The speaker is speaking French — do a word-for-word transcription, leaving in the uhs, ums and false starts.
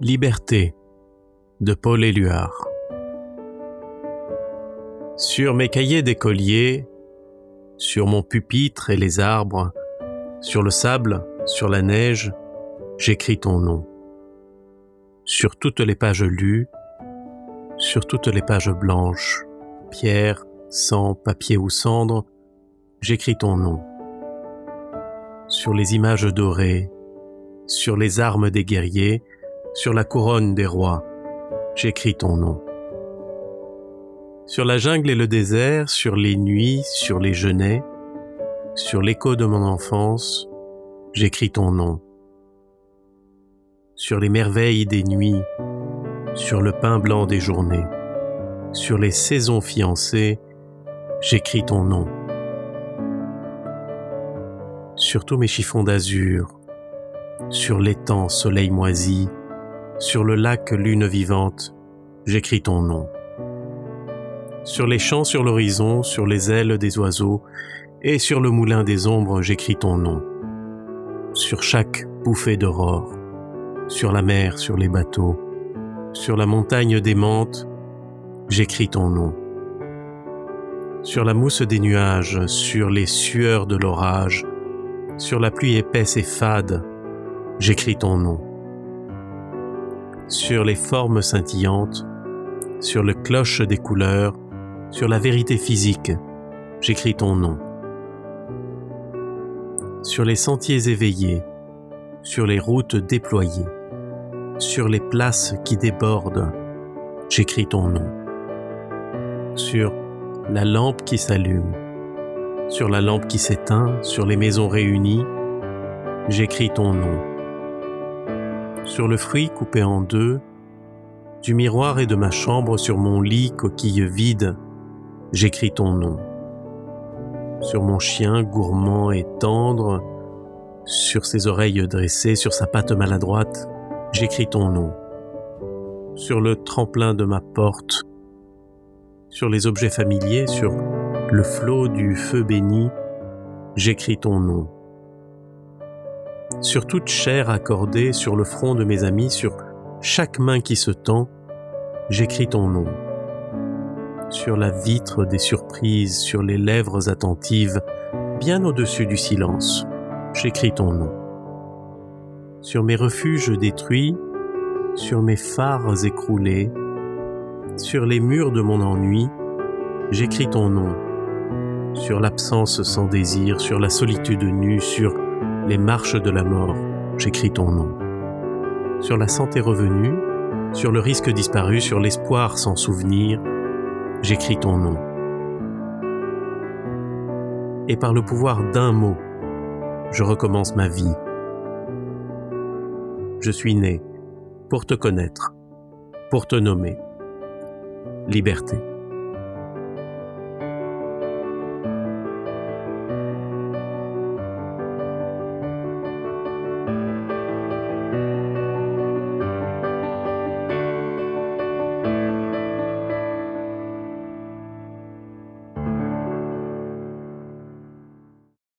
Liberté de Paul Éluard. Sur mes cahiers d'écolier, sur mon pupitre et les arbres, sur le sable, sur la neige, j'écris ton nom. Sur toutes les pages lues, sur toutes les pages blanches, pierre, sang, papier ou cendre, j'écris ton nom. Sur les images dorées, sur les armes des guerriers, sur la couronne des rois, j'écris ton nom. Sur la jungle et le désert, sur les nuits, sur les genêts, sur l'écho de mon enfance, j'écris ton nom. Sur les merveilles des nuits, sur le pain blanc des journées, sur les saisons fiancées, j'écris ton nom. Sur tous mes chiffons d'azur, sur l'étang soleil moisi, sur le lac lune vivante, j'écris ton nom. Sur les champs sur l'horizon, sur les ailes des oiseaux, et sur le moulin des ombres, j'écris ton nom. Sur chaque bouffée d'aurore, sur la mer, sur les bateaux, sur la montagne démente, j'écris ton nom. Sur la mousse des nuages, sur les sueurs de l'orage, sur la pluie épaisse et fade, j'écris ton nom. Sur les formes scintillantes, sur le cloche des couleurs, sur la vérité physique, j'écris ton nom. Sur les sentiers éveillés, sur les routes déployées, sur les places qui débordent, j'écris ton nom. Sur la lampe qui s'allume, sur la lampe qui s'éteint, sur les maisons réunies, j'écris ton nom. Sur le fruit coupé en deux, du miroir et de ma chambre, sur mon lit coquille vide, j'écris ton nom. Sur mon chien gourmand et tendre, sur ses oreilles dressées, sur sa patte maladroite, j'écris ton nom. Sur le tremplin de ma porte, sur les objets familiers, sur le flot du feu béni, j'écris ton nom. Sur toute chair accordée, sur le front de mes amis, sur chaque main qui se tend, j'écris ton nom. Sur la vitre des surprises, sur les lèvres attentives, bien au-dessus du silence, j'écris ton nom. Sur mes refuges détruits, sur mes phares écroulés, sur les murs de mon ennui, j'écris ton nom. Sur l'absence sans désir, sur la solitude nue, sur les marches de la mort, j'écris ton nom. Sur la santé revenue, sur le risque disparu, sur l'espoir sans souvenir, j'écris ton nom. Et par le pouvoir d'un mot, je recommence ma vie. Je suis né pour te connaître, pour te nommer. Liberté.